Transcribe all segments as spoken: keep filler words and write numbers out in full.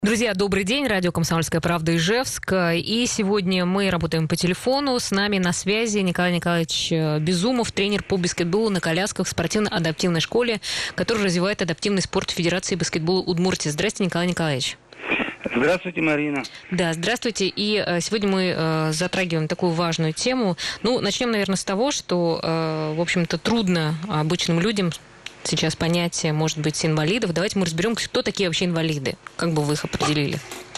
Друзья, добрый день. Радио «Комсомольская правда» Ижевск. И сегодня мы работаем по телефону. С нами на связи Николай Николаевич Безумов, тренер по баскетболу на колясках в спортивно-адаптивной школе, который развивает адаптивный спорт Федерации баскетбола Удмуртии. Здравствуйте, Николай Николаевич. Здравствуйте, Марина. Да, здравствуйте. И э, сегодня мы э, затрагиваем такую важную тему. Ну, начнем, наверное, с того, что, э, в общем-то, трудно обычным людям сейчас понятие, может быть, инвалидов. Давайте мы разберем, кто такие вообще инвалиды. Как бы вы их определили?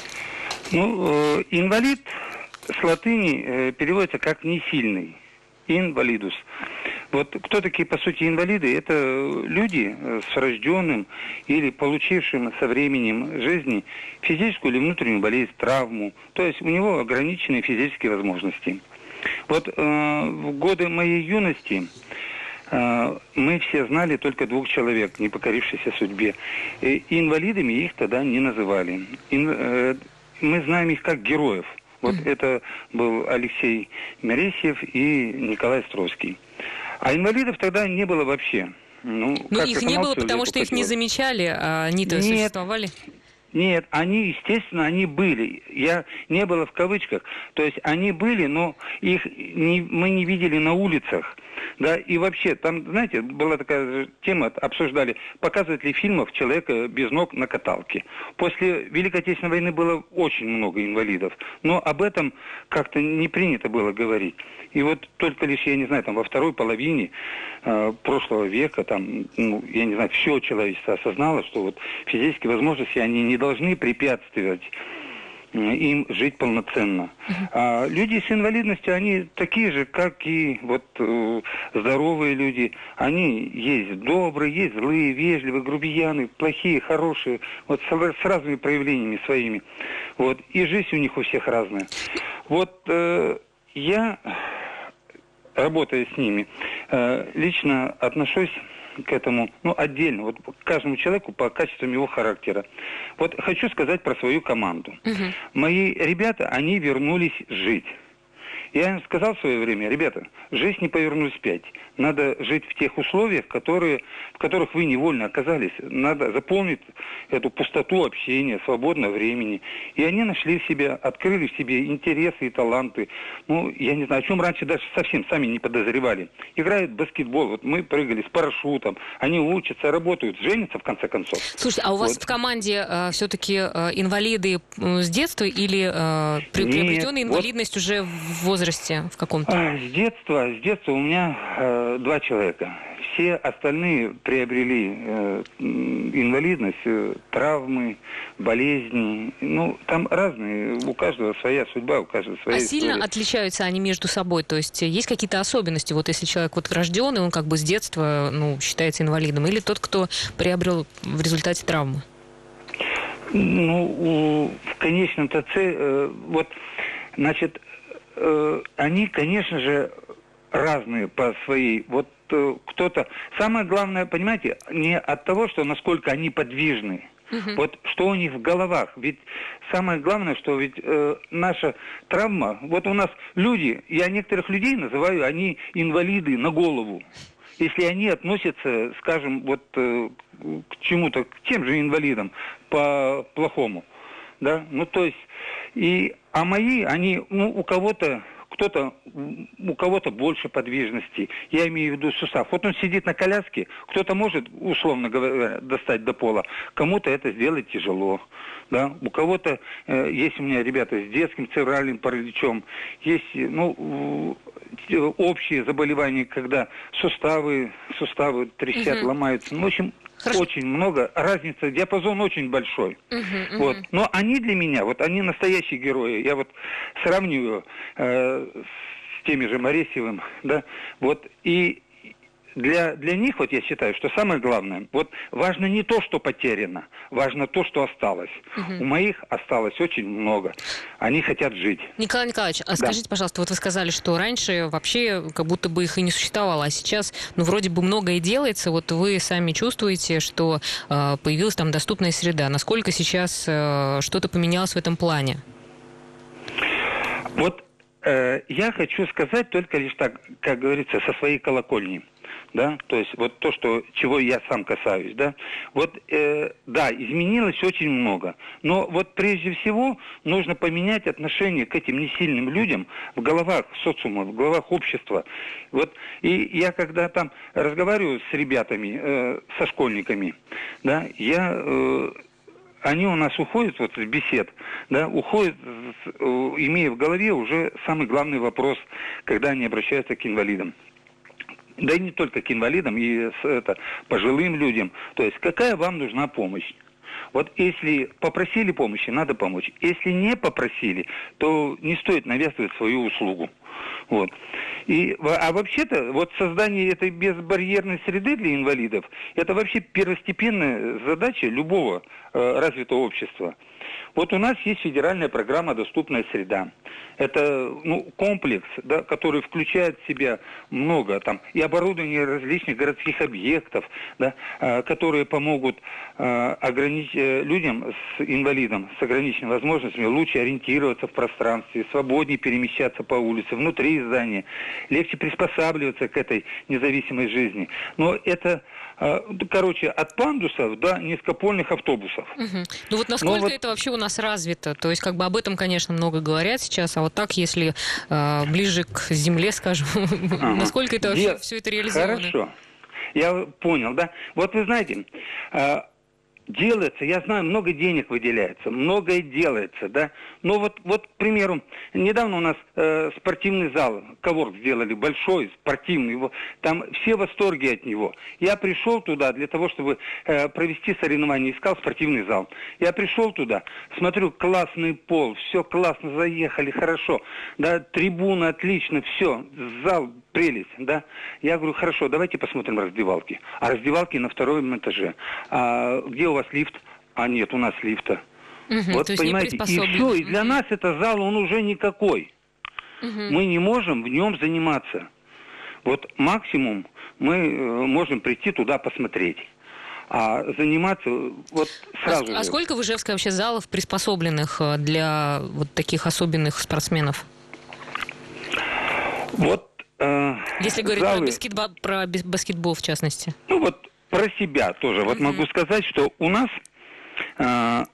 Ну, э, инвалид с латыни э, переводится как «несильный». Инвалидус. Вот кто такие, по сути, инвалиды? Это люди с врожденным или получившим со временем жизни физическую или внутреннюю болезнь, травму. То есть у него ограниченные физические возможности. Вот э, в годы моей юности э, мы все знали только двух человек, не покорившихся судьбе. И инвалидами их тогда не называли. Ин, э, мы знаем их как героев. Вот mm-hmm. это был Алексей Мересьев и Николай Островский. А инвалидов тогда не было вообще. Ну, ну их не было, потому что их не замечали, а они-то Нет. существовали? Нет, они, естественно, они были. Я не было в кавычках. То есть они были, но их не, мы не видели на улицах. Да, и вообще, там, знаете, была такая тема, обсуждали, показывают ли фильмов человека без ног на каталке. После Великой Отечественной войны было очень много инвалидов, но об этом как-то не принято было говорить. И вот только лишь, я не знаю, там во второй половине э, прошлого века, там, ну, я не знаю, все человечество осознало, что вот физические возможности, они не должны препятствовать им жить полноценно. Uh-huh. А люди с инвалидностью, они такие же, как и вот э, здоровые люди. Они есть добрые, есть злые, вежливые, грубияны, плохие, хорошие, вот с, с разными проявлениями своими. Вот. И жизнь у них у всех разная. Вот э, я, работая с ними, э, лично отношусь к этому, ну, отдельно, вот к каждому человеку по качествам его характера. Вот хочу сказать про свою команду. Uh-huh. Мои ребята, они вернулись жить. Я им сказал в свое время: ребята, жизнь не повернулась вспять. Надо жить в тех условиях, которые, в которых вы невольно оказались. Надо заполнить эту пустоту общения, свободного времени. И они нашли в себе, открыли в себе интересы и таланты. Ну, я не знаю, о чем раньше даже совсем сами не подозревали. Играют в баскетбол. Вот мы прыгали с парашютом. Они учатся, работают, женятся в конце концов. Слушайте, а у вас вот в команде э, все-таки э, инвалиды с детства или э, при, приобретенная инвалидность вот уже в возрасте? В каком-то? А, с детства, с детства у меня э, два человека. Все остальные приобрели э, инвалидность, э, травмы, болезни. Ну, там разные, у каждого своя судьба, у каждого своя А история. сильно отличаются они между собой? То есть есть какие-то особенности? Вот если человек вот рожденный, он как бы с детства, ну, считается инвалидом, или тот, кто приобрел в результате травмы? Ну, у, в конечном-то цель, э, вот, значит, они, конечно же, разные по своей. Вот э, кто-то... Самое главное, понимаете, не от того, что насколько они подвижны. Uh-huh. Вот что у них в головах. Ведь самое главное, что ведь э, наша травма... Вот у нас люди, я некоторых людей называю, они инвалиды на голову. Если они относятся, скажем, вот э, к чему-то, к тем же инвалидам по-плохому. Да? Ну, то есть... И, а мои, они, ну, у кого-то, кто-то, у кого-то больше подвижности. Я имею в виду сустав. Вот он сидит на коляске, кто-то может, условно говоря, достать до пола, кому-то это сделать тяжело. Да? У кого-то, э, есть у меня ребята с детским церебральным параличом, есть, ну, общие заболевания, когда суставы, суставы трещат, uh-huh. ломаются. Ну, в общем, Хорошо. Очень много, разница, диапазон очень большой. Uh-huh, uh-huh. Вот. Но они для меня, вот они настоящие герои. Я вот сравниваю э, с теми же Моресьевым, да, вот, и для, для них, вот я считаю, что самое главное, вот важно не то, что потеряно, важно то, что осталось. Uh-huh. У моих осталось очень много. Они хотят жить. Николай Николаевич, а да. скажите, пожалуйста, вот вы сказали, что раньше вообще как будто бы их и не существовало, а сейчас, ну, вроде бы многое делается, вот вы сами чувствуете, что э, появилась там доступная среда. Насколько сейчас э, что-то поменялось в этом плане? Вот э, я хочу сказать только лишь так, как говорится, со своей колокольни. да, то есть вот то, что, чего я сам касаюсь, да, вот, э, да, изменилось очень много, но вот прежде всего нужно поменять отношение к этим несильным людям в головах социума, в головах общества, вот, и я когда там разговариваю с ребятами, э, со школьниками, да, я... Э, Они у нас уходят вот с бесед, да, уходят, имея в голове уже самый главный вопрос, когда они обращаются к инвалидам. Да и не только к инвалидам, и с, это, пожилым людям. То есть, какая вам нужна помощь? Вот если попросили помощи, надо помочь. Если не попросили, то не стоит навязывать свою услугу. Вот. И, а вообще-то, вот создание этой безбарьерной среды для инвалидов, это вообще первостепенная задача любого э, развитого общества. Вот у нас есть федеральная программа «Доступная среда». Это ну, комплекс, да, который включает в себя много там, и оборудование различных городских объектов, да, э, которые помогут э, ограничить, э, людям с инвалидом, с ограниченными возможностями лучше ориентироваться в пространстве, свободнее перемещаться по улице, внутри здания, легче приспосабливаться к этой независимой жизни. Но это, э, короче, от пандусов до низкопольных автобусов. Угу. Ну вот насколько вот... это вообще у нас развито? То есть как бы об этом, конечно, много говорят сейчас, а вот так, если э, ближе к земле, скажем, ага. насколько это вообще Де... все это реализовано? Хорошо, я понял, да. Вот вы знаете, э, делается, я знаю, много денег выделяется, многое делается, да. Но вот, вот, к примеру, недавно у нас э, спортивный зал, Коворг сделали, большой, спортивный, его, там все в восторге от него. Я пришел туда для того, чтобы э, провести соревнования, искал спортивный зал. Я пришел туда, смотрю, классный пол, все классно, заехали, хорошо, да, трибуны отлично, все, зал прелесть, да. Я говорю, хорошо, давайте посмотрим раздевалки. А раздевалки на втором этаже. А где у вас лифт? А нет, у нас лифта. Угу, вот, понимаете, и все, и для угу. нас это зал, он уже никакой. Угу. Мы не можем в нем заниматься. Вот максимум мы можем прийти туда посмотреть. А заниматься вот сразу а, же. А сколько в Ижевске вообще залов, приспособленных для вот таких особенных спортсменов? Вот Если говорить залы... про, баскетбол, про баскетбол, в частности. Ну вот про себя тоже. Mm-hmm. Вот могу сказать, что у нас э,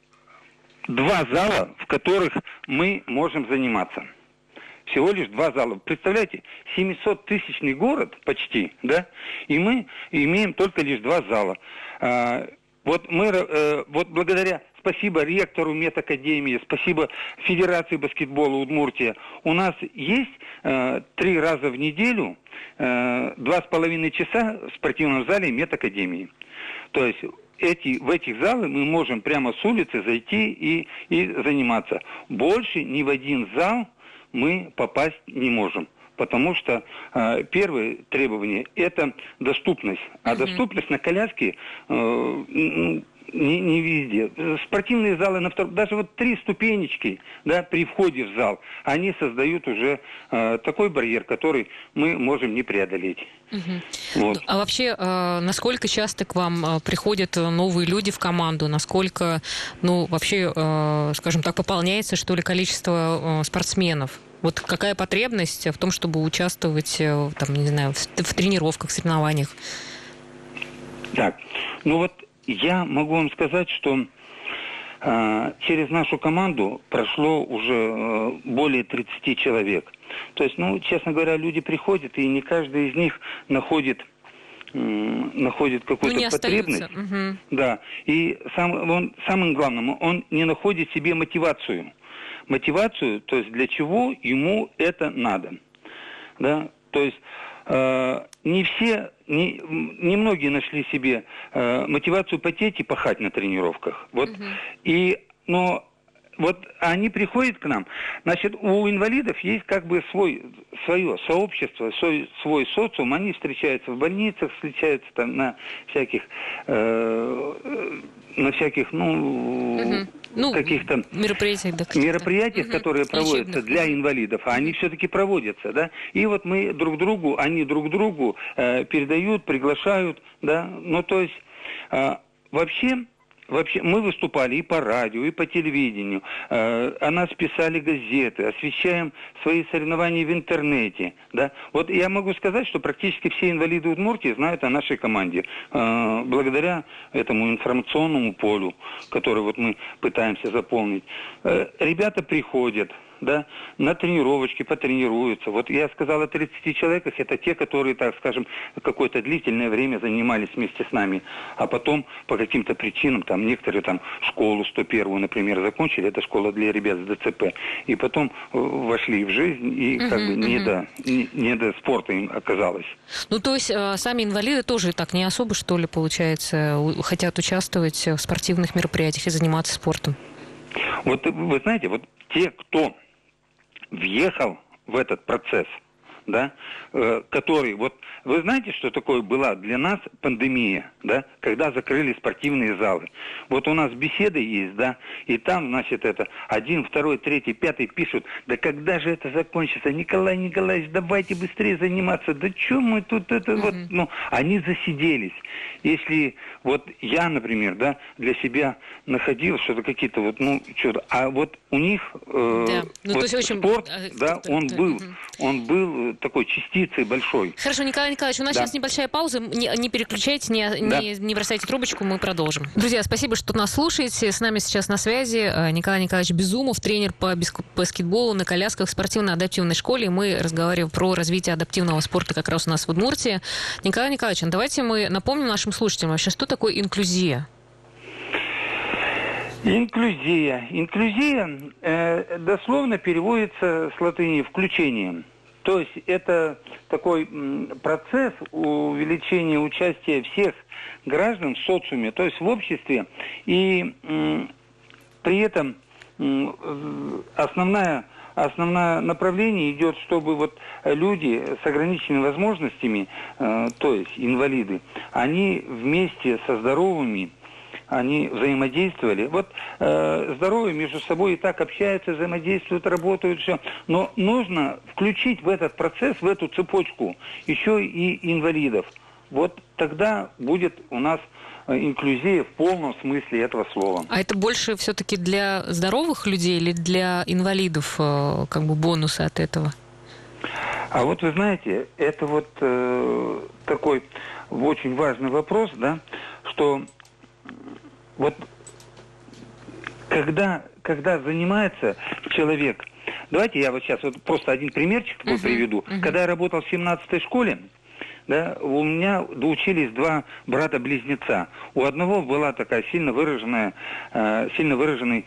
два зала, в которых мы можем заниматься. Всего лишь два зала. Представляете, семисоттысячный город почти, да? И мы имеем только лишь два зала. Э, вот мы, э, вот благодаря... Спасибо ректору медакадемии, спасибо Федерации баскетбола Удмуртия. У нас есть э, три раза в неделю э, два с половиной часа в спортивном зале медакадемии. То есть эти, в этих залы мы можем прямо с улицы зайти и, и заниматься. Больше ни в один зал мы попасть не можем. Потому что э, первое требование – это доступность. А mm-hmm. доступность на коляске э, ну, не, не везде. Спортивные залы, на втор... даже вот три ступенечки, да, при входе в зал, они создают уже э, такой барьер, который мы можем не преодолеть. Угу. Вот. А вообще, э, насколько часто к вам э, приходят новые люди в команду? Насколько, ну, вообще, э, скажем так, пополняется, что ли, количество э, спортсменов? Вот какая потребность в том, чтобы участвовать, э, там, не знаю, в, в тренировках, в соревнованиях? Так, ну вот я могу вам сказать, что э, через нашу команду прошло уже э, более тридцати человек. То есть, ну, честно говоря, люди приходят, и не каждый из них находит, э, находит какую-то ну, потребность. Угу. Да. И сам, он, самым главным, он не находит себе мотивацию. Мотивацию, то есть для чего ему это надо. Да? То есть э, не все, не, не многие нашли себе э, мотивацию потеть и пахать на тренировках. Вот. Угу. И, но вот они приходят к нам, значит, у инвалидов есть как бы свой, свое сообщество, свой, свой социум, они встречаются в больницах, встречаются там на всяких, э, на всяких, ну, угу. ну каких-то мероприятиях, да, мероприятиях, угу. которые проводятся Лечебных. Для инвалидов, а они все-таки проводятся, да, и вот мы друг другу, они друг другу э, передают, приглашают, да, ну, то есть, э, вообще, вообще мы выступали и по радио, и по телевидению. Э, о нас писали газеты, освещаем свои соревнования в интернете. Да? Вот я могу сказать, что практически все инвалиды Удмуртии знают о нашей команде. Э, благодаря этому информационному полю, который вот мы пытаемся заполнить. Э, ребята приходят, да, на тренировочки, потренируются. Вот я сказал о тридцати человеках, это те, которые, так скажем, какое-то длительное время занимались вместе с нами, а потом по каким-то причинам, там, некоторые там школу сто первую, например, закончили, это школа для ребят с ДЦП, и потом вошли в жизнь, и как uh-huh, бы не, uh-huh. до, не, не до спорта им оказалось. Ну, то есть сами инвалиды тоже так не особо, что ли, получается, хотят участвовать в спортивных мероприятиях и заниматься спортом? Вот вы знаете, вот те, кто въехал в этот процесс, да, э, который, вот, вы знаете, что такое была для нас пандемия, да, когда закрыли спортивные залы. Вот у нас беседы есть, да, и там, значит, это, один, второй, третий, пятый пишут, да когда же это закончится, Николай Николаевич, давайте быстрее заниматься, да что мы тут, это, mm-hmm. вот, ну, они засиделись. Если, вот, я, например, да, для себя находил что-то какие-то, вот, ну, что-то, а вот у них, э, да. ну, вот, то есть, в общем, спорт, э, да, э, он э, был, э, он был такой частицей большой. Хорошо, Николай Николаевич, у нас да. сейчас небольшая пауза. Не, не переключайте, не, да. не, не бросайте трубочку, мы продолжим. Друзья, спасибо, что нас слушаете. С нами сейчас на связи Николай Николаевич Безумов, тренер по баскетболу на колясках в спортивно-адаптивной школе. Мы разговариваем про развитие адаптивного спорта как раз у нас в Удмуртии. Николай Николаевич, давайте мы напомним нашим слушателям вообще, что такое инклюзия? Инклюзия. Инклюзия э, дословно переводится с латыни «включение». То есть это такой процесс увеличения участия всех граждан в социуме, то есть в обществе. И м, при этом м, основная, основное направление идет, чтобы вот люди с ограниченными возможностями, э, то есть инвалиды, они вместе со здоровыми, они взаимодействовали. Вот э, здоровые между собой и так общаются, взаимодействуют, работают, все. Но нужно включить в этот процесс, в эту цепочку еще и инвалидов. Вот тогда будет у нас инклюзия в полном смысле этого слова. А это больше все-таки для здоровых людей или для инвалидов, э, как бы бонусы от этого? А вот вы знаете, это вот э, такой очень важный вопрос, да, что вот когда, когда занимается человек, давайте я вот сейчас вот просто один примерчик такой uh-huh, приведу. Uh-huh. Когда я работал в семнадцатой школе, да, у меня доучились два брата-близнеца. У одного была такая сильно выраженная, э, сильно выраженный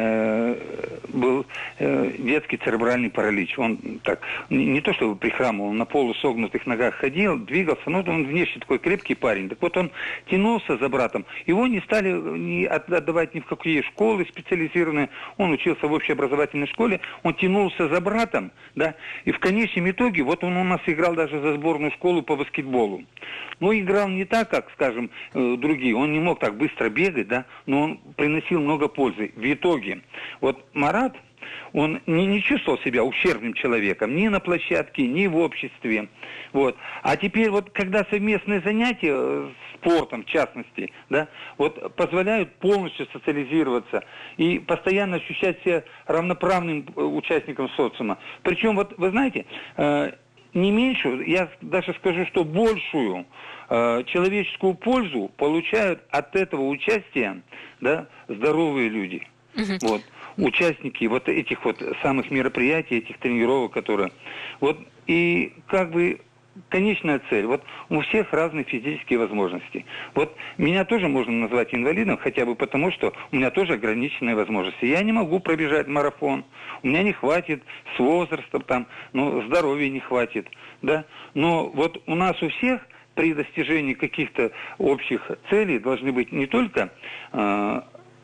э, был э, детский церебральный паралич. Он так, не, не то чтобы прихрамывал, он на полусогнутых ногах ходил, двигался, но он внешне такой крепкий парень. Так вот он тянулся за братом. Его не стали не отдавать ни в какие школы специализированные. Он учился в общеобразовательной школе, он тянулся за братом, да, и в конечном итоге, вот он у нас играл даже за сборную школу по баскетболу. Но играл не так, как, скажем, э, другие. Он не мог так быстро бегать, да, но он приносил много пользы. В итоге, вот Марат, он не, не чувствовал себя ущербным человеком ни на площадке, ни в обществе. Вот. А теперь вот, когда совместные занятия спортом, в частности, да, вот позволяют полностью социализироваться и постоянно ощущать себя равноправным участником социума. Причем, вот, вы знаете, э, не меньшую, я даже скажу, что большую э, человеческую пользу получают от этого участия, да, здоровые люди. Uh-huh. Вот, участники вот этих вот самых мероприятий, этих тренировок, которые... Вот, и как бы конечная цель. Вот у всех разные физические возможности. Вот меня тоже можно назвать инвалидом, хотя бы потому, что у меня тоже ограниченные возможности. Я не могу пробежать марафон, у меня не хватит с возрастом, там, ну, здоровья не хватит, да. Но вот у нас у всех при достижении каких-то общих целей должны быть не только... Э,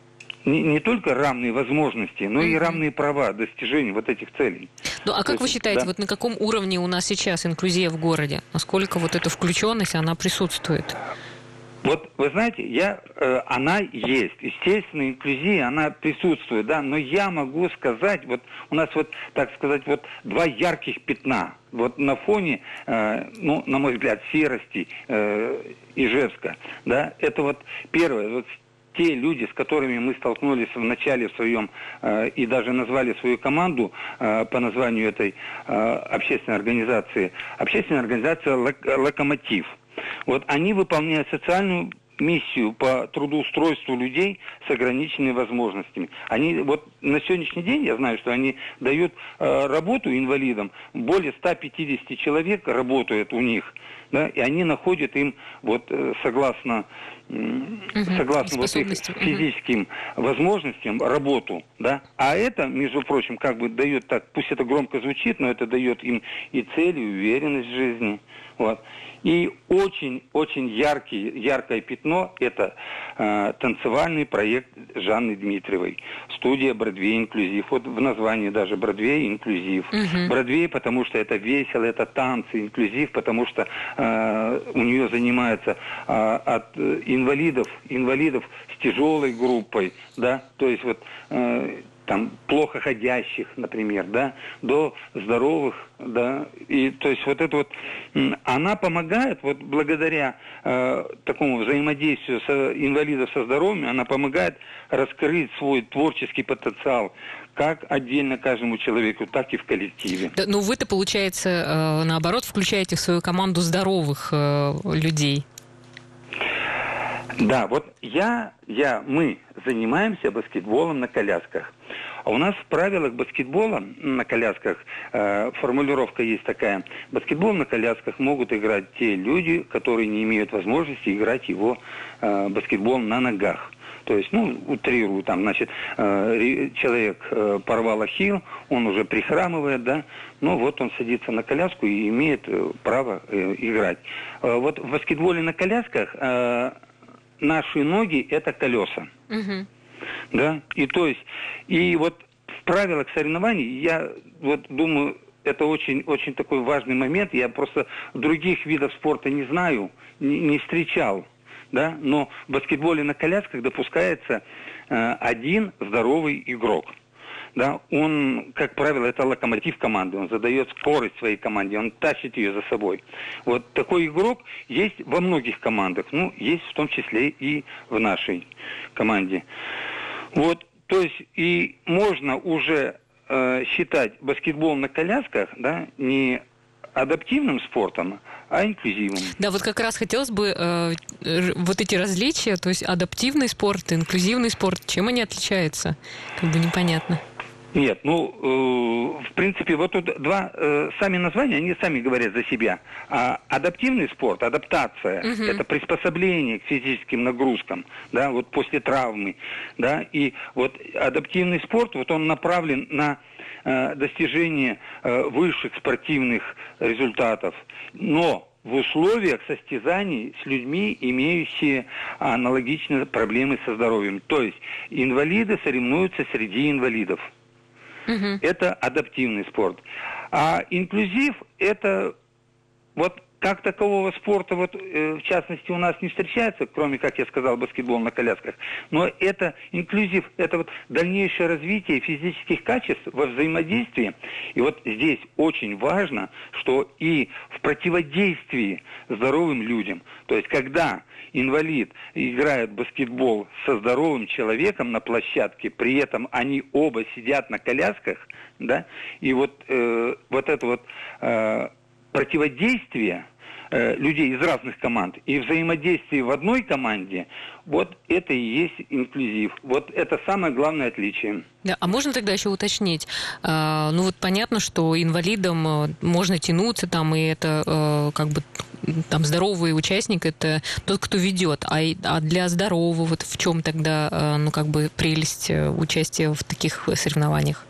Не, не только равные возможности, но и равные права достижения вот этих целей. Ну, а как есть, вы считаете, да? Вот на каком уровне у нас сейчас инклюзия в городе? Насколько вот эта включенность, она присутствует? Вот, вы знаете, я, э, она есть. Естественно, инклюзия, она присутствует, да, но я могу сказать, вот у нас вот, так сказать, вот два ярких пятна. Вот на фоне, э, ну, на мой взгляд, серости э, Ижевска, да, это вот первое, вот те люди, с которыми мы столкнулись в начале в своем, э, и даже назвали свою команду э, по названию этой э, общественной организации, общественная организация «Лок- «Локомотив». Вот они выполняют социальную миссию по трудоустройству людей с ограниченными возможностями. Они вот на сегодняшний день, я знаю, что они дают э, работу инвалидам, более ста пятидесяти человек работают у них, да, и они находят им вот э, согласно Угу. согласно вот их физическим угу. возможностям работу, да, а это, между прочим, как бы дает так, пусть это громко звучит, но это дает им и цель, и уверенность в жизни, вот. И очень-очень яркий, яркое пятно – это э, танцевальный проект Жанны Дмитриевой. Студия «Бродвей инклюзив». Вот в названии даже «Бродвей инклюзив». Uh-huh. «Бродвей», потому что это весело, это танцы. «Инклюзив», потому что э, у нее занимаются э, от инвалидов, инвалидов с тяжелой группой, да, то есть вот... Э, там, плохо ходящих, например, да, до здоровых, да, и то есть вот это вот, она помогает, вот благодаря э, такому взаимодействию с инвалидов со здоровыми, она помогает раскрыть свой творческий потенциал, как отдельно каждому человеку, так и в коллективе. Да, ну вы-то, получается, э, наоборот, включаете в свою команду здоровых э, людей. Да, вот я, я, мы занимаемся баскетболом на колясках. А у нас в правилах баскетбола на колясках э, формулировка есть такая. Баскетбол на колясках могут играть те люди, которые не имеют возможности играть его э, баскетбол на ногах. То есть, ну, утрирую, там, значит, э, человек э, порвал ахилл, он уже прихрамывает, да, но вот он садится на коляску и имеет э, право э, играть. Э, вот в баскетболе на колясках э, наши ноги – это колеса. Угу. Да, и то есть, и вот в правилах соревнований, я вот думаю, это очень, очень такой важный момент, я просто других видов спорта не знаю, не, не встречал, да, но в баскетболе на колясках допускается э, один здоровый игрок. Да, он, как правило, это локомотив команды, он задает скорость своей команде, он тащит ее за собой. Вот такой игрок есть во многих командах, ну, есть в том числе и в нашей команде. Вот, то есть, и можно уже э, считать баскетбол на колясках, да, не адаптивным спортом, а инклюзивным. Да, вот как раз хотелось бы э, вот эти различия, то есть адаптивный спорт, инклюзивный спорт, чем они отличаются? Как бы непонятно. Нет, ну, э, в принципе, вот тут два, э, сами названия, они сами говорят за себя. А адаптивный спорт, адаптация, uh-huh. это приспособление к физическим нагрузкам, да, вот после травмы, да, и вот адаптивный спорт, вот он направлен на э, достижение э, высших спортивных результатов, но в условиях состязаний с людьми, имеющие аналогичные проблемы со здоровьем. То есть инвалиды соревнуются среди инвалидов. Uh-huh. Это адаптивный спорт. А инклюзив – это вот как такового спорта, вот, э, в частности, у нас не встречается, кроме, как я сказал, баскетбол на колясках. Но это инклюзив, это вот дальнейшее развитие физических качеств во взаимодействии. И вот здесь очень важно, что и в противодействии здоровым людям, то есть когда инвалид играет в баскетбол со здоровым человеком на площадке, при этом они оба сидят на колясках, да, и вот, э, вот это вот э, противодействие э, людей из разных команд и взаимодействие в одной команде, вот это и есть инклюзив. Вот это самое главное отличие. Да, а можно тогда еще уточнить? А, ну вот понятно, что инвалидам можно тянуться там, и это а, как бы там здоровый участник, это тот, кто ведет. А, а для здорового вот в чем тогда а, ну как бы прелесть участия в таких соревнованиях?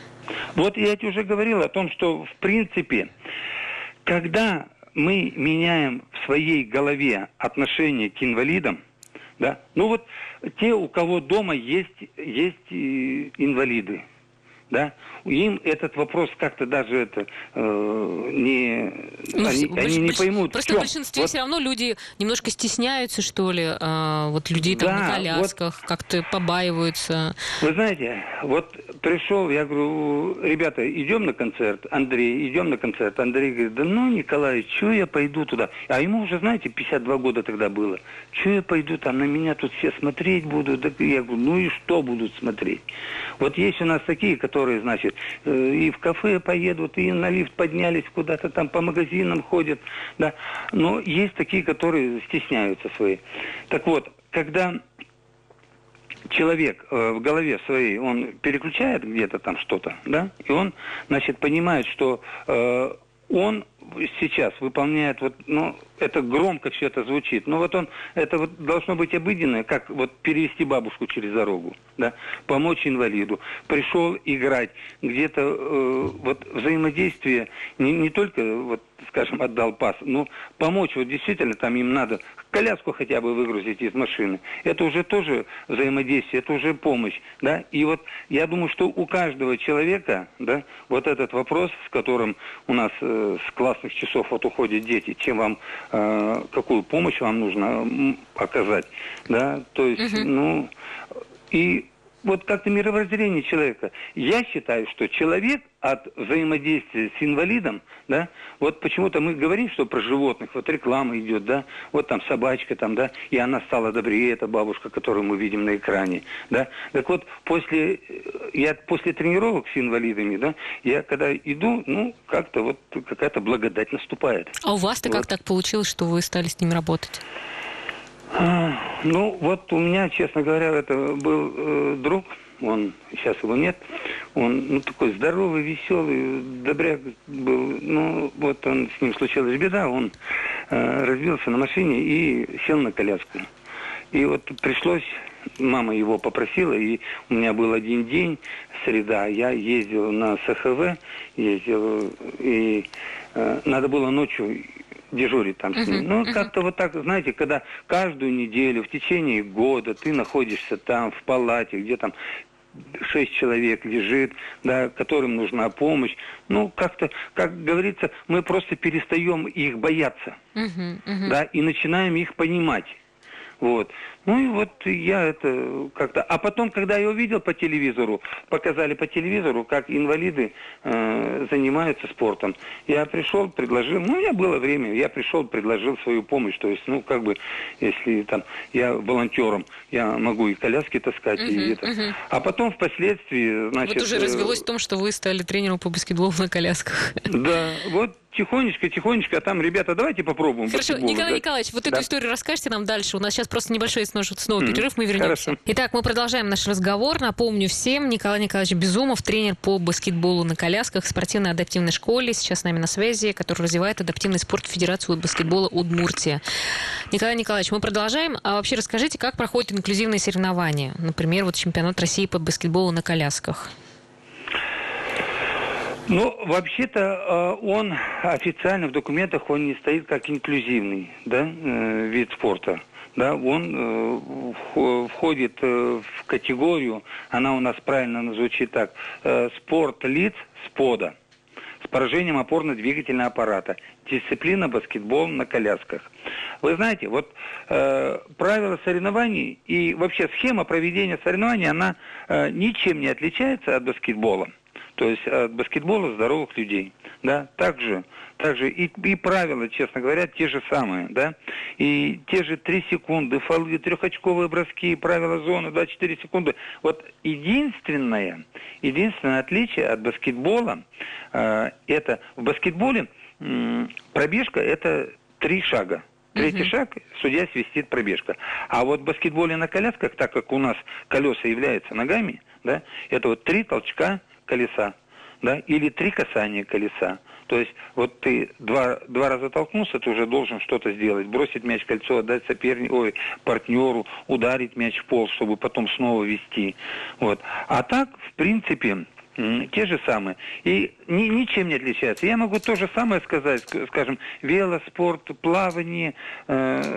Вот я тебе уже говорил о том, что в принципе, когда мы меняем в своей голове отношение к инвалидам, да, ну вот те, у кого дома есть, есть инвалиды, да, им этот вопрос как-то даже это э, не, ну, они, больш, они не поймут. Просто в большинстве вот. Все равно люди немножко стесняются, что ли, э, вот людей там да, на колясках, вот, как-то побаиваются. Вы знаете, вот пришел, я говорю, ребята, идем на концерт, Андрей, идем на концерт. Андрей говорит, да ну, Николай, что я пойду туда? А ему уже, знаете, пятьдесят два года тогда было. Что я пойду там, на меня тут все смотреть будут? Я говорю, ну и что будут смотреть? Вот есть у нас такие, которые, значит, и в кафе поедут, и на лифт поднялись куда-то там, по магазинам ходят, да. Но есть такие, которые стесняются свои. Так вот, когда человек э, в голове своей, он переключает где-то там что-то, да, и он, значит, понимает, что э, он сейчас выполняет, вот, ну, это громко все это звучит, но вот он, это вот должно быть обыденное, как вот перевести бабушку через дорогу, да, помочь инвалиду, пришел играть, где-то э, вот взаимодействие, не, не только, вот, скажем, отдал пас, но помочь, вот действительно там им надо коляску хотя бы выгрузить из машины, это уже тоже взаимодействие, это уже помощь, да, и вот я думаю, что у каждого человека, да, вот этот вопрос, с которым у нас э, с классных часов вот уходят дети, чем вам, э, какую помощь вам нужно оказать, да, то есть, uh-huh. ну, и вот как-то мировоззрение человека. Я считаю, что человек от взаимодействия с инвалидом, да, вот почему-то мы говорим, что про животных, вот реклама идет, да, вот там собачка там, да, и она стала добрее, эта бабушка, которую мы видим на экране, да. Так вот, после, я после тренировок с инвалидами, да, я когда иду, ну, как-то вот какая-то благодать наступает. А у вас-то вот. Как так получилось, что вы стали с ними работать? Ну, вот у меня, честно говоря, это был э, друг, он, сейчас его нет, он, ну, такой здоровый, веселый, добряк был, ну, вот он, с ним случилась беда, он э, разбился на машине и сел на коляску. И вот пришлось, мама его попросила, и у меня был один день, среда, я ездил на СХВ, ездил, и э, надо было ночью дежурить там с ним. Uh-huh, ну, uh-huh. как-то вот так, знаете, когда каждую неделю, в течение года ты находишься там, в палате, где там шесть человек лежит, да, которым нужна помощь. Ну, как-то, как говорится, мы просто перестаем их бояться, uh-huh, uh-huh. да, и начинаем их понимать. Вот. Ну и вот я это как-то... А потом, когда я увидел по телевизору, показали по телевизору, как инвалиды э, занимаются спортом, я пришел, предложил... Ну, у меня было время, я пришел, предложил свою помощь. То есть, ну, как бы, если там... Я волонтером, я могу и коляски таскать, uh-huh, и это... Uh-huh. А потом, впоследствии, значит... Вот уже развелось в том, что вы стали тренером по баскетболу на колясках. Да, вот тихонечко, тихонечко, а там, ребята, давайте попробуем. Хорошо, Николай да? Николаевич, вот да. эту историю расскажите нам дальше. У нас сейчас просто небольшой снова, снова mm-hmm. перерыв, мы вернемся. Хорошо. Итак, мы продолжаем наш разговор. Напомню всем, Николай Николаевич Безумов, тренер по баскетболу на колясках в спортивно-адаптивной школе, сейчас с нами на связи, который развивает адаптивный спорт Федерацию баскетбола Удмуртия. Николай Николаевич, мы продолжаем. А вообще расскажите, как проходят инклюзивные соревнования? Например, вот чемпионат России по баскетболу на колясках. Ну, вообще-то он официально в документах он не стоит как инклюзивный, да, вид спорта. Да, он входит в категорию, она у нас правильно звучит так, спорт лиц СПОДа с поражением опорно-двигательного аппарата. Дисциплина баскетбол на колясках. Вы знаете, вот э, правила соревнований и вообще схема проведения соревнований, она э, ничем не отличается от баскетбола. То есть от баскетбола здоровых людей, да, также, также и, и правила, честно говоря, те же самые, да, и те же три секунды, фолы, трехочковые броски, правила зоны, двадцать четыре секунды. Вот единственное, единственное отличие от баскетбола, э, это в баскетболе э, пробежка это три шага. Третий uh-huh. шаг, судья свистит пробежка. А вот в баскетболе на колясках, так как у нас колеса являются ногами, да, это вот три толчка колеса, да, или три касания колеса. То есть вот ты два, два раза толкнулся, ты уже должен что-то сделать, бросить мяч в кольцо, отдать сопернику, ой, партнеру, ударить мяч в пол, чтобы потом снова вести. Вот. А так, в принципе, те же самые. И ни, ничем не отличаются. Я могу то же самое сказать, скажем, велоспорт, плавание, э,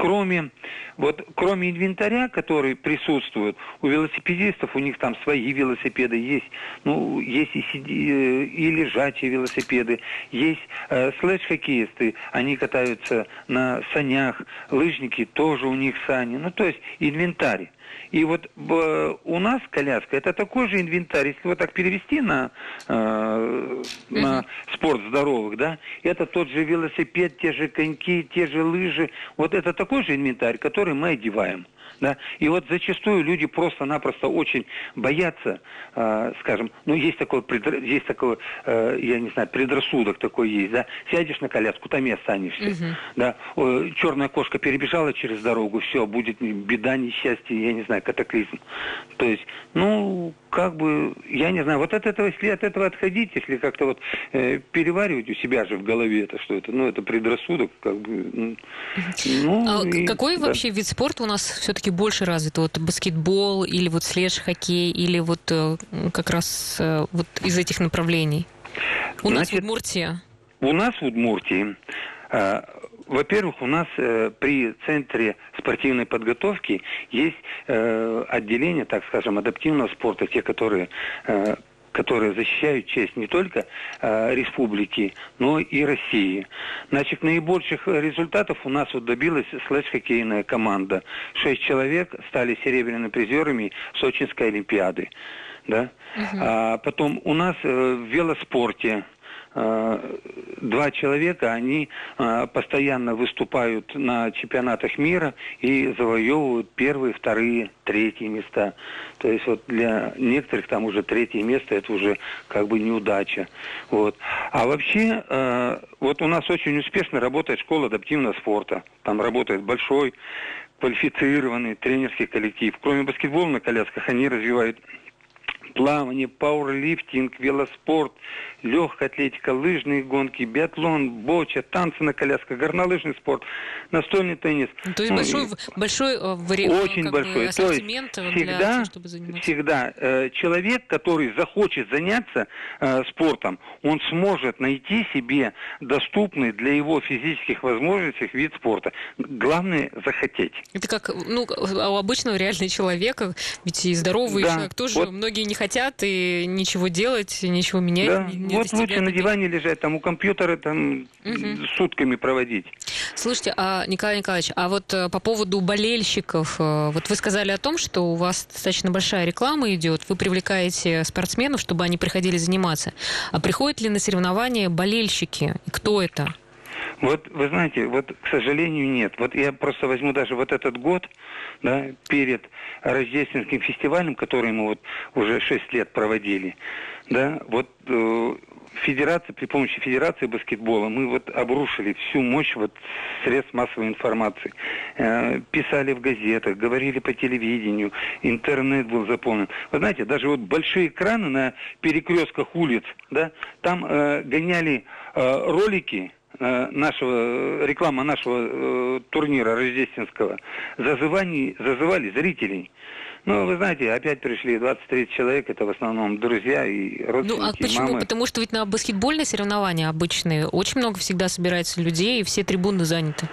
кроме, вот, кроме инвентаря, который присутствует, у велосипедистов, у них там свои велосипеды есть, ну, есть и, сиди, и лежачие велосипеды, есть э, слэдж-хоккеисты, они катаются на санях, лыжники тоже у них сани, ну, то есть инвентарь. И вот э, у нас коляска это такой же инвентарь, если вот так перевести на, э, на uh-huh. спорт здоровых, да, это тот же велосипед, те же коньки, те же лыжи, вот это такой же инвентарь, который мы одеваем. Да? И вот зачастую люди просто-напросто очень боятся, э, скажем, ну есть такой, предра... есть такой э, я не знаю, предрассудок такой есть, да, сядешь на коляску, там и останешься, uh-huh. да, О, черная кошка перебежала через дорогу, все, будет беда, несчастье, я не знаю, катаклизм. То есть, ну, как бы, я не знаю, вот от этого, если от этого отходить, если как-то вот э, переваривать у себя же в голове это, что это, ну, это предрассудок, как бы, ну, а и, какой да. вообще вид спорта у нас все-таки больше развит? Вот баскетбол или вот слэдж-хоккей, или вот э, как раз э, вот из этих направлений? У Значит, нас в Удмуртии. У нас в Удмуртии, э, во-первых, у нас э, при Центре спортивной подготовки есть э, отделение, так скажем, адаптивного спорта, те, которые... Э, которые защищают честь не только э, республики, но и России. Значит, наибольших результатов у нас вот добилась слэдж-хоккейная команда. Шесть человек стали серебряными призерами Сочинской Олимпиады. Да? Uh-huh. А потом у нас э, в велоспорте два человека, они а, постоянно выступают на чемпионатах мира и завоевывают первые, вторые, третьи места. То есть вот для некоторых там уже третье место это уже как бы неудача. Вот. А вообще, а, вот у нас очень успешно работает школа адаптивного спорта. Там работает большой квалифицированный тренерский коллектив. Кроме баскетбола на колясках, они развивают плавание, пауэрлифтинг, велоспорт, легкая атлетика, лыжные гонки, биатлон, боча, танцы на колясках, горнолыжный спорт, настольный теннис. То есть ну, большой, большой вари... очень большой. ассортимент То есть для всегда, того, чтобы заниматься. Всегда э, человек, который захочет заняться э, спортом, он сможет найти себе доступный для его физических возможностей вид спорта. Главное захотеть. Это как ну, у обычного реального человека, ведь и здоровый да. человек тоже, вот. многие не хотят и ничего делать, ничего менять. Да. Не, не вот лучше на диване лежать, там у компьютера там угу. сутками проводить. Слушайте, а, Николай Николаевич, а вот по поводу болельщиков, вот вы сказали о том, что у вас достаточно большая реклама идет, вы привлекаете спортсменов, чтобы они приходили заниматься. А приходят ли на соревнования болельщики? И кто это? Вот, вы знаете, вот, к сожалению, нет. Вот я просто возьму даже вот этот год, да, перед Рождественским фестивалем, который мы вот уже шесть лет проводили, да, вот э, федерация, при помощи Федерации баскетбола мы вот обрушили всю мощь вот средств массовой информации. Э, писали в газетах, говорили по телевидению, интернет был заполнен. Вы знаете, даже вот большие экраны на перекрестках улиц, да, там э, гоняли э, ролики нашего, реклама нашего э, турнира рождественского, зазывали, зазывали зрителей. Ну, вы знаете, опять пришли двадцать-тридцать человек, это в основном друзья и родственники, ну, а почему? Мамы. Потому что ведь на баскетбольные соревнования обычные очень много всегда собирается людей, и все трибуны заняты.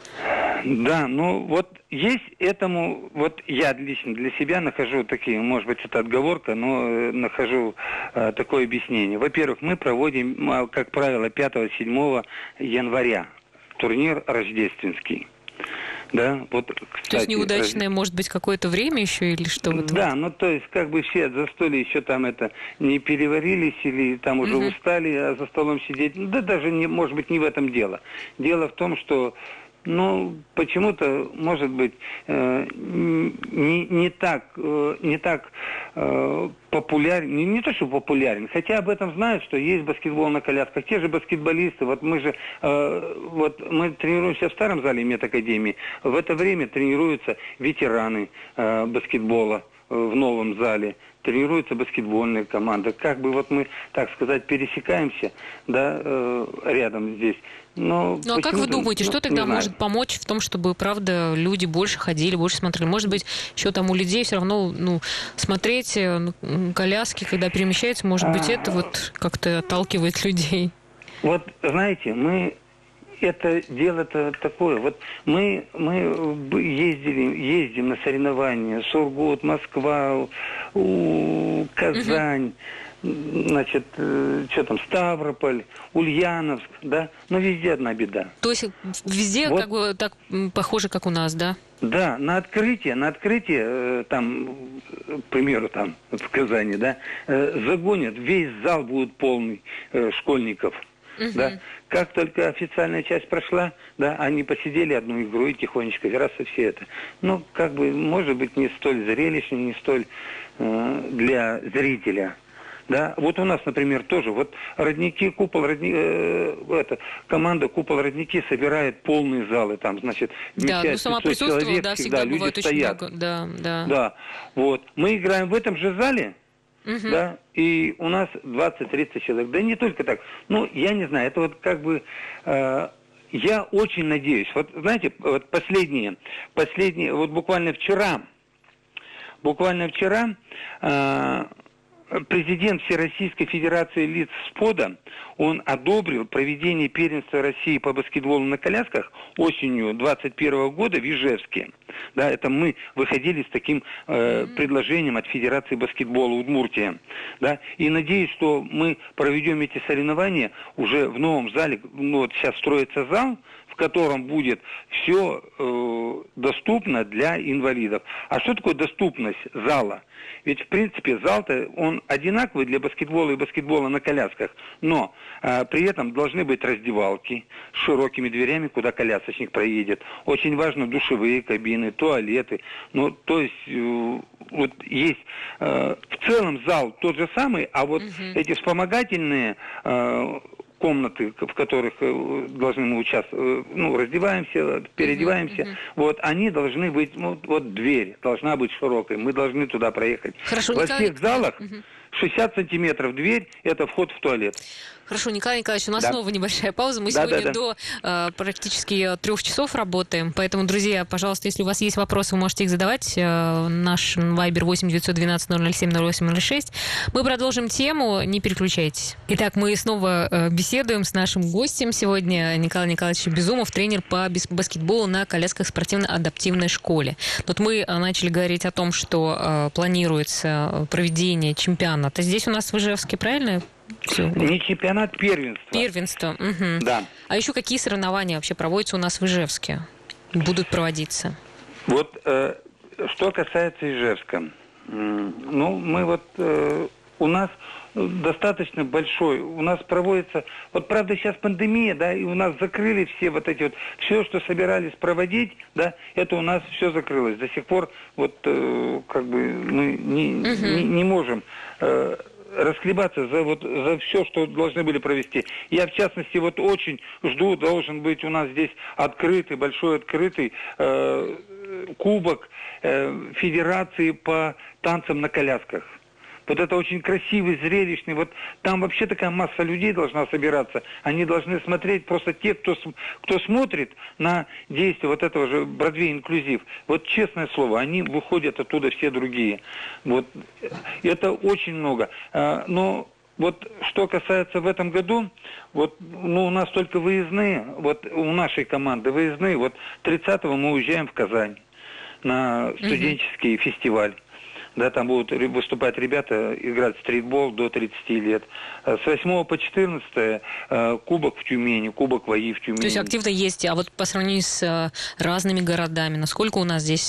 Да, ну вот есть этому, вот я лично для себя нахожу такие, может быть, это отговорка, но э, нахожу э, такое объяснение. Во-первых, мы проводим, как правило, пятого-седьмого января турнир рождественский. Да, вот, кстати, то есть неудачное, раз... может быть, какое-то время еще или что? Вот да, вот? ну то есть как бы все от застолья еще там это не переварились или там уже угу. устали, а за столом сидеть. Да даже, не, может быть, не в этом дело. Дело в том, что ну, почему-то, может быть, э, не, не так, э, не так э, популярен, не, не то, что популярен, хотя об этом знают, что есть баскетбол на колясках. Те же баскетболисты, вот мы же, э, вот мы тренируемся в старом зале медакадемии, в это время тренируются ветераны э, баскетбола э, в новом зале. Тренируется баскетбольная команда. Как бы вот мы, так сказать, пересекаемся, да, э, рядом здесь. Но ну а как вы думаете, ну, что тогда может помочь в том, чтобы, правда, люди больше ходили, больше смотрели? Может быть, еще там у людей все равно, ну, смотреть коляски, когда перемещаются, может быть, это вот как-то отталкивает людей? Вот, знаете, мы это дело-то такое. Вот мы, мы ездили, ездим на соревнования. Сургут, Москва, Казань, угу. значит, что там, Ставрополь, Ульяновск, да? Но везде одна беда. То есть везде вот. Как бы так похоже, как у нас, да? Да, на открытие, на открытие, там, к примеру, там, в Казани, да, загонят, весь зал будет полный школьников. Uh-huh. Да. Как только официальная часть прошла, да, они посидели одну игру и тихонечко, раз и все это. Ну, как бы, может быть, не столь зрелищно, не столь э, для зрителя. Да, вот у нас, например, тоже, вот родники, купол, родни, э, это, команда купол родники собирает полные залы, там, значит, да, ну, сама присутствовала, да, всегда, всегда люди стоят. Очень много, да, да. Да, вот, мы играем в этом же зале, угу. да, и у нас двадцать-тридцать человек. Да не только так. Ну, я не знаю, это вот как бы... Э, я очень надеюсь. Вот, знаете, вот последние, последние, вот буквально вчера, буквально вчера... Э, Президент Всероссийской Федерации лиц СПОДа, он одобрил проведение первенства России по баскетболу на колясках осенью двадцать первого года в Ижевске. Да, это мы выходили с таким э, предложением от Федерации баскетбола Удмуртия. Да, и надеюсь, что мы проведем эти соревнования уже в новом зале. Ну, вот сейчас строится зал, в котором будет все э, доступно для инвалидов. А что такое доступность зала? Ведь, в принципе, зал-то, он одинаковый для баскетбола и баскетбола на колясках, но э, при этом должны быть раздевалки с широкими дверями, куда колясочник проедет. Очень важно душевые кабины, туалеты. Ну, то есть, э, вот есть э, в целом зал тот же самый, а вот угу. эти вспомогательные... Э, комнаты, в которых должны мы участвовать, ну, раздеваемся, переодеваемся, uh-huh, uh-huh. вот, они должны быть, ну, вот дверь должна быть широкой, мы должны туда проехать. Хорошо, Во Николай... всех залах uh-huh. шестьдесят сантиметров дверь, это вход в туалет. Хорошо, Николай Николаевич, у нас да. снова небольшая пауза. Мы да, сегодня да, да. до э, практически трех часов работаем. Поэтому, друзья, пожалуйста, если у вас есть вопросы, вы можете их задавать. Э, наш вайбер восемь девятьсот двенадцать ноль ноль семь ноль восемь ноль шесть. Мы продолжим тему, не переключайтесь. Итак, мы снова э, беседуем с нашим гостем сегодня, Николай Николаевич Безумов, тренер по баскетболу на колясках спортивно-адаптивной школе. Тут мы э, начали говорить о том, что э, планируется проведение чемпионата. Здесь у нас в Ижевске, правильно? Все. Не чемпионат, первенство. Первенство. Угу. Да. А еще какие соревнования вообще проводятся у нас в Ижевске? Будут проводиться? Вот, э, что касается Ижевска. Э, ну, мы вот... Э, у нас достаточно большой. У нас проводится... Вот, правда, сейчас пандемия, да, и у нас закрыли все вот эти вот... Все, что собирались проводить, да, это у нас все закрылось. До сих пор вот э, как бы мы не, угу. не, не можем... Э, расхлебаться за, вот, за все, что должны были провести. Я, в частности, вот очень жду, должен быть у нас здесь открытый, большой открытый э, кубок э, Федерации по танцам на колясках. Вот это очень красивый, зрелищный. Вот там вообще такая масса людей должна собираться. Они должны смотреть, просто те, кто, кто смотрит на действие вот этого же Бродвей инклюзив. Вот честное слово, они выходят оттуда все другие. Вот это очень много. Но вот что касается в этом году, вот ну, у нас только выездные, вот у нашей команды выездные. Вот тридцатого мы уезжаем в Казань на студенческий mm-hmm. фестиваль. Да, там будут выступать ребята, играть в стритбол до тридцати лет. С восьмого по четырнадцатое кубок в Тюмени, кубок ВАИ в Тюмени. То есть активно есть, а вот по сравнению с разными городами, насколько у нас здесь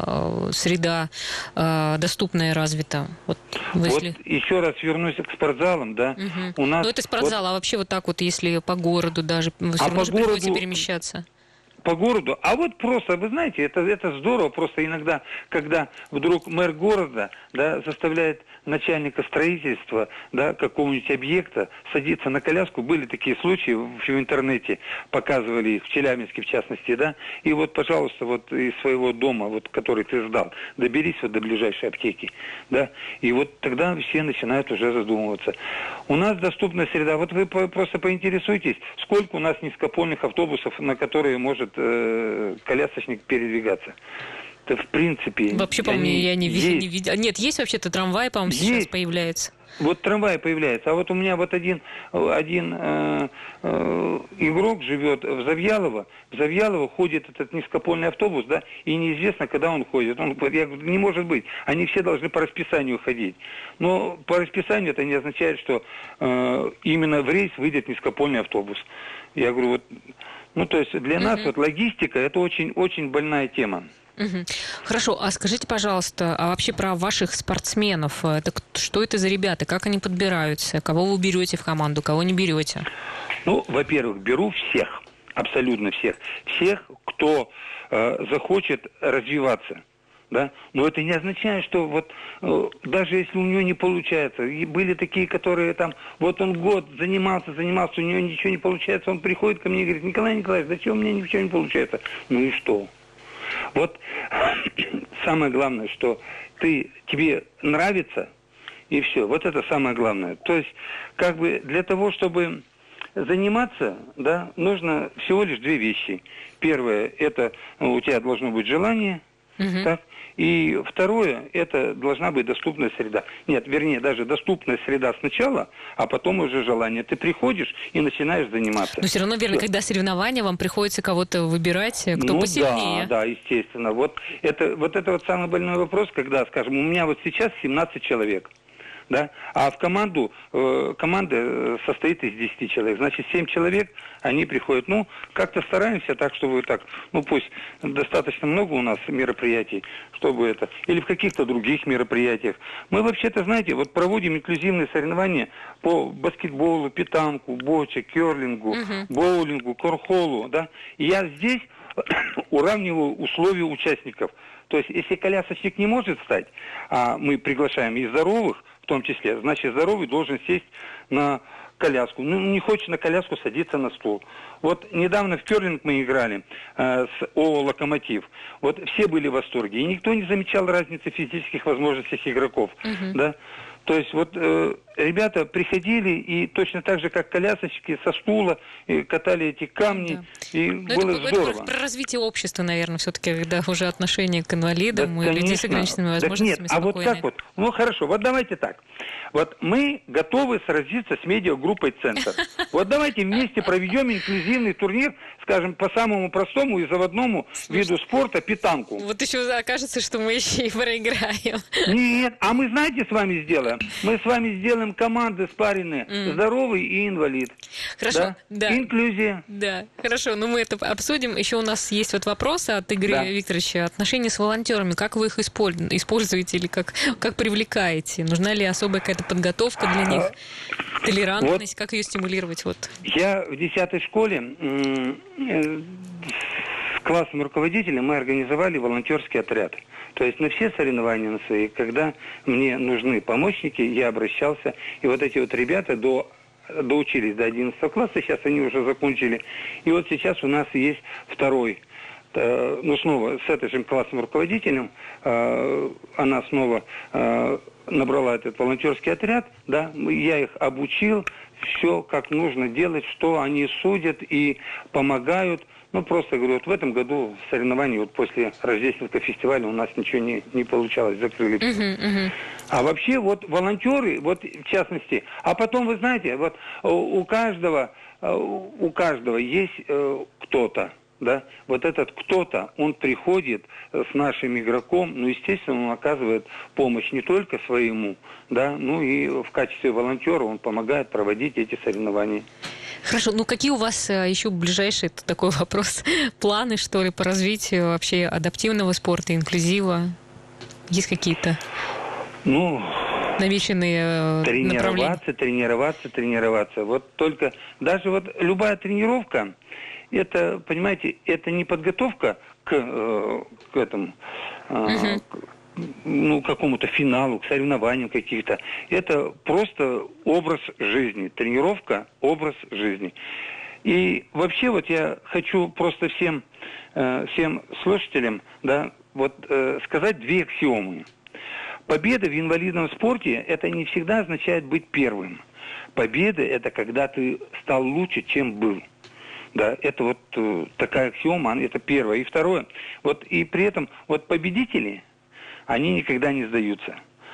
среда доступная и развита? Вот, если... вот еще раз вернусь к спортзалам, да. Угу. У нас ну это спортзал, вот... а вообще вот так вот, если по городу даже, вы все а равно же городу... приходите перемещаться? По городу. А вот просто, вы знаете, это, это здорово, просто иногда, когда вдруг мэр города, да, заставляет начальника строительства, да, какого-нибудь объекта садиться на коляску. Были такие случаи в, в интернете, показывали их в Челябинске в частности, да, и вот, пожалуйста, вот из своего дома, вот, который ты сдал, доберись вот до ближайшей аптеки, да, и вот тогда все начинают уже задумываться. У нас доступная среда, вот вы по, просто поинтересуйтесь, сколько у нас низкопольных автобусов, на которые может колясочник передвигаться. в принципе... Вообще, по-моему, они я не, есть. не видела. Нет, есть вообще-то трамвай, по-моему, сейчас Есть. появляется. Вот трамвай появляется. А вот у меня вот один, один э, э, игрок живет в Завьялово. В Завьялово ходит этот низкопольный автобус, да, и неизвестно, когда он ходит. Он, я говорю, не может быть. Они все должны по расписанию ходить. Но по расписанию это не означает, что э, именно в рейс выйдет низкопольный автобус. Я говорю, вот, ну, то есть для нас вот логистика – это очень-очень больная тема. Угу. Хорошо, а скажите, пожалуйста, а вообще про ваших спортсменов, это, что это за ребята, как они подбираются, кого вы берете в команду, кого не берете? Ну, во-первых, беру всех, абсолютно всех, всех, кто э, захочет развиваться. Да? Но это не означает, что вот э, даже если у него не получается, и были такие, которые там, вот он год занимался, занимался, у него ничего не получается, он приходит ко мне и говорит: Николай Николаевич, зачем у меня ничего не получается? Ну и что? Вот самое главное, что ты, тебе нравится, и все. Вот это самое главное. То есть, как бы для того, чтобы заниматься, да, нужно всего лишь две вещи. Первое, это ну, у тебя должно быть желание, uh-huh. так, и второе, это должна быть доступная среда. Нет, вернее, даже доступная среда сначала, а потом уже желание. Ты приходишь и начинаешь заниматься. Но все равно, верно, Все. Когда соревнования, вам приходится кого-то выбирать, кто ну, посильнее. Да, да, естественно. Вот это, вот это вот самый больной вопрос, когда, скажем, у меня вот сейчас семнадцать человек. Да? А в команду, э, команда состоит из десяти человек. Значит, семь человек, они приходят. Ну, как-то стараемся так, чтобы так, ну, пусть достаточно много у нас мероприятий, чтобы это, или в каких-то других мероприятиях. Мы вообще-то, знаете, вот проводим инклюзивные соревнования по баскетболу, питанку, боче, керлингу, uh-huh. боулингу, корхолу, да. И я здесь уравниваю условия участников. То есть, если колясочник не может встать, а мы приглашаем и здоровых, в том числе, значит, здоровый должен сесть на коляску. Ну, не хочет на коляску, садиться на стул. Вот недавно в керлинг мы играли э, с ООО «Локомотив». Вот все были в восторге. И никто не замечал разницы в физических возможностях игроков. Uh-huh. Да? То есть вот э, ребята приходили и точно так же, как колясочки, со стула и катали эти камни, да. и Но было это, здорово. Это про развитие общества, наверное, все-таки, когда уже отношение к инвалидам да, и людей с ограниченными возможностями так нет, спокойные. А вот как вот? Ну хорошо, вот давайте так. Вот мы готовы сразиться с медиагруппой «Центр». Вот давайте вместе проведем инклюзивный турнир, скажем, по самому простому и заводному виду спорта – питанку. Вот еще окажется, что мы еще и проиграем. Нет, а мы знаете с вами сделаем? Мы с вами сделаем команды спаренные, mm. здоровый и инвалид. Хорошо, да. да. Инклюзия. Да, хорошо, но мы это обсудим. Еще у нас есть вот вопросы от Игоря да. Викторовича. Отношения с волонтерами, как вы их используете или как, как привлекаете? Нужна ли особая какая-то подготовка для них? Толерантность, вот. Как ее стимулировать? Вот. Я в десятой школе с классным руководителем мы организовали волонтерский отряд. То есть на все соревнования на свои, когда мне нужны помощники, я обращался. И вот эти вот ребята до, доучились до одиннадцатого класса, сейчас они уже закончили. И вот сейчас у нас есть второй, э, ну снова с этим классным руководителем, э, она снова э, набрала этот волонтерский отряд, да, я их обучил, все как нужно делать, что они судят и помогают. Ну, просто говорю, вот в этом году в соревновании, вот после рождественского фестиваля у нас ничего не, не получалось, закрыли все. Uh-huh, uh-huh. А вообще, вот волонтеры, вот в частности, а потом, вы знаете, вот у каждого, у каждого есть э, кто-то, да, вот этот кто-то, он приходит с нашим игроком, ну, естественно, он оказывает помощь не только своему, да, ну и в качестве волонтера он помогает проводить эти соревнования. Хорошо, ну какие у вас еще ближайшие, это такой вопрос, планы, что ли, по развитию вообще адаптивного спорта, инклюзива? Есть какие-то ну, намеченные тренироваться, направления? Тренироваться, тренироваться. Вот только, даже вот любая тренировка, это, понимаете, это не подготовка к, э, к этому, э, uh-huh. к, ну, какому-то финалу, к соревнованиям каких-то. Это просто образ жизни. Тренировка – образ жизни. И вообще вот я хочу просто всем, э, всем слушателям, да, вот э, сказать две аксиомы. Победа в инвалидном спорте – это не всегда означает быть первым. Победа – это когда ты стал лучше, чем был. Да, это вот э, такая аксиома, это первое. И второе, вот и при этом вот победители, они никогда не сдаются,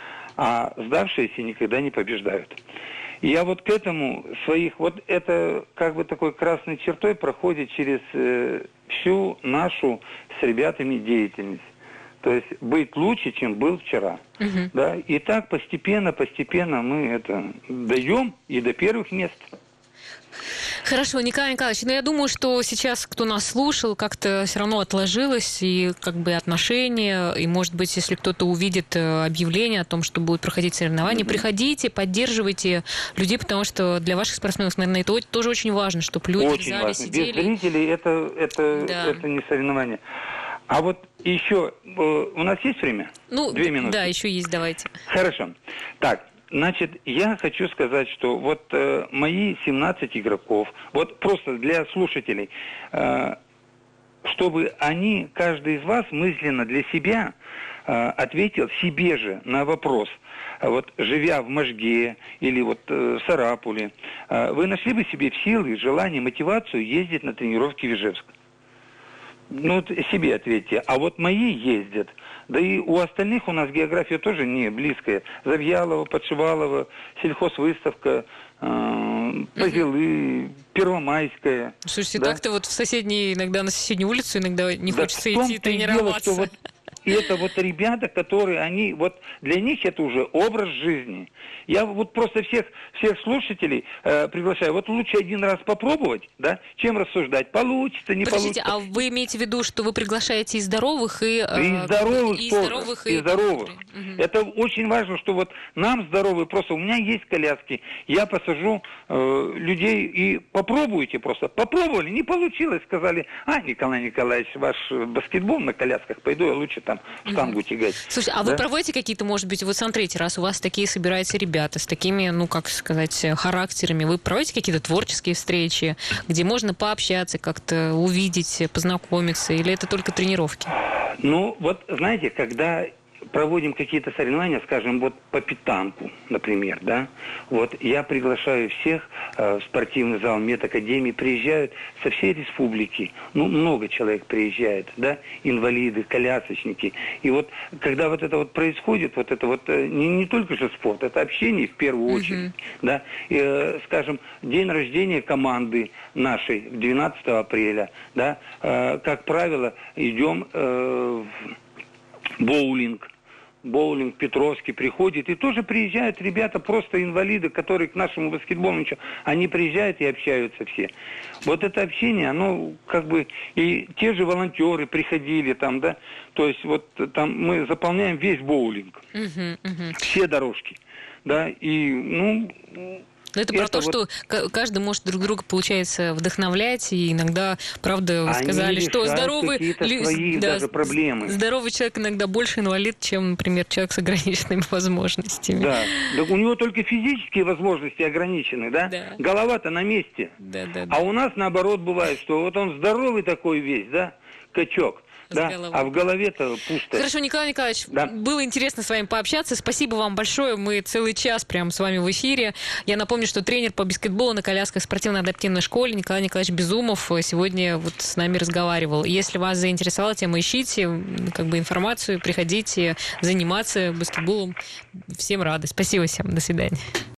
а сдавшиеся никогда не побеждают. И я вот к этому своих, вот это как бы такой красной чертой проходит через э, всю нашу с ребятами деятельность. То есть быть лучше, чем был вчера. Угу. Да? И так постепенно, постепенно мы это даем и до первых мест. Хорошо, Николай Николаевич, но я думаю, что сейчас, кто нас слушал, как-то все равно отложилось и как бы отношения, и, может быть, если кто-то увидит объявление о том, что будут проходить соревнования, mm-hmm. приходите, поддерживайте людей, потому что для ваших спортсменов, наверное, это тоже очень важно, чтобы люди очень в зале важно. сидели. Без зрителей это, это, да. это не соревнование. А вот еще, у нас есть время? Ну, Две минуты. Да, еще есть, давайте. Хорошо. Так. Значит, я хочу сказать, что вот э, мои семнадцать игроков, вот просто для слушателей, э, чтобы они, каждый из вас мысленно для себя э, ответил себе же на вопрос. Вот живя в Можге или вот э, в Сарапуле, э, вы нашли бы себе в силы, желание, мотивацию ездить на тренировки в Ижевск? Ну, вот себе ответьте. А вот мои ездят. Да и у остальных у нас география тоже не близкая. Завьялово, Подшивалово, сельхозвыставка, э, Позелы, Первомайская. Слушайте, да? так-то вот в соседней, иногда на соседнюю улицу иногда не да хочется идти тренироваться. Дело, что вот и это вот ребята, которые, они, вот для них это уже образ жизни. Я вот просто всех, всех слушателей э, приглашаю, вот лучше один раз попробовать, да, чем рассуждать, получится, не Подождите, получится. а вы имеете в виду, что вы приглашаете и здоровых, и... Э, и здоровых и тоже, здоровых, и, и здоровых. Угу. Это очень важно, что вот нам здоровые, просто у меня есть коляски, я посажу э, людей и попробуйте просто. Попробовали, не получилось, сказали, а, Николай Николаевич, ваш баскетбол на колясках, пойду я лучше там в штангу угу. тягать. Слушайте, а да? вы проводите какие-то, может быть, вот смотрите, раз у вас такие собираются ребята с такими, ну, как сказать, характерами, вы проводите какие-то творческие встречи, где можно пообщаться, как-то увидеть, познакомиться, или это только тренировки? Ну, вот, знаете, когда проводим какие-то соревнования, скажем, вот по питанку, например, да, вот я приглашаю всех э, в спортивный зал медакадемии, приезжают со всей республики, ну, много человек приезжает, да, инвалиды, колясочники, и вот, когда вот это вот происходит, вот это вот, э, не, не только же спорт, это общение в первую очередь, mm-hmm. да, и, э, скажем, день рождения команды нашей, двенадцатого апреля, да, э, как правило, идем э, в боулинг, боулинг Петровский приходит, и тоже приезжают ребята, просто инвалиды, которые к нашему баскетболу ничего, они приезжают и общаются все. Вот это общение, оно как бы, и те же волонтеры приходили там, да, то есть вот там мы заполняем весь боулинг, uh-huh, uh-huh. все дорожки, да, и, ну... Но это, это про то, вот... что каждый может друг друга, получается, вдохновлять, и иногда, правда, вы сказали, что здоровый, свои да, даже проблемы. Здоровый человек иногда больше инвалид, чем, например, человек с ограниченными возможностями. Да, так у него только физические возможности ограничены, да? Да. Голова-то на месте. Да, да, да. А у нас, наоборот, бывает, что вот он здоровый такой весь, да, качок. Да, а в голове-то пусто. Хорошо, Николай Николаевич, да. было интересно с вами пообщаться. Спасибо вам большое. Мы целый час прям с вами в эфире. Я напомню, что тренер по баскетболу на колясках спортивно-адаптивной школе Николай Николаевич Безумов сегодня вот с нами разговаривал. Если вас заинтересовала тема, ищите как бы информацию, приходите заниматься баскетболом. Всем рады. Спасибо всем. До свидания.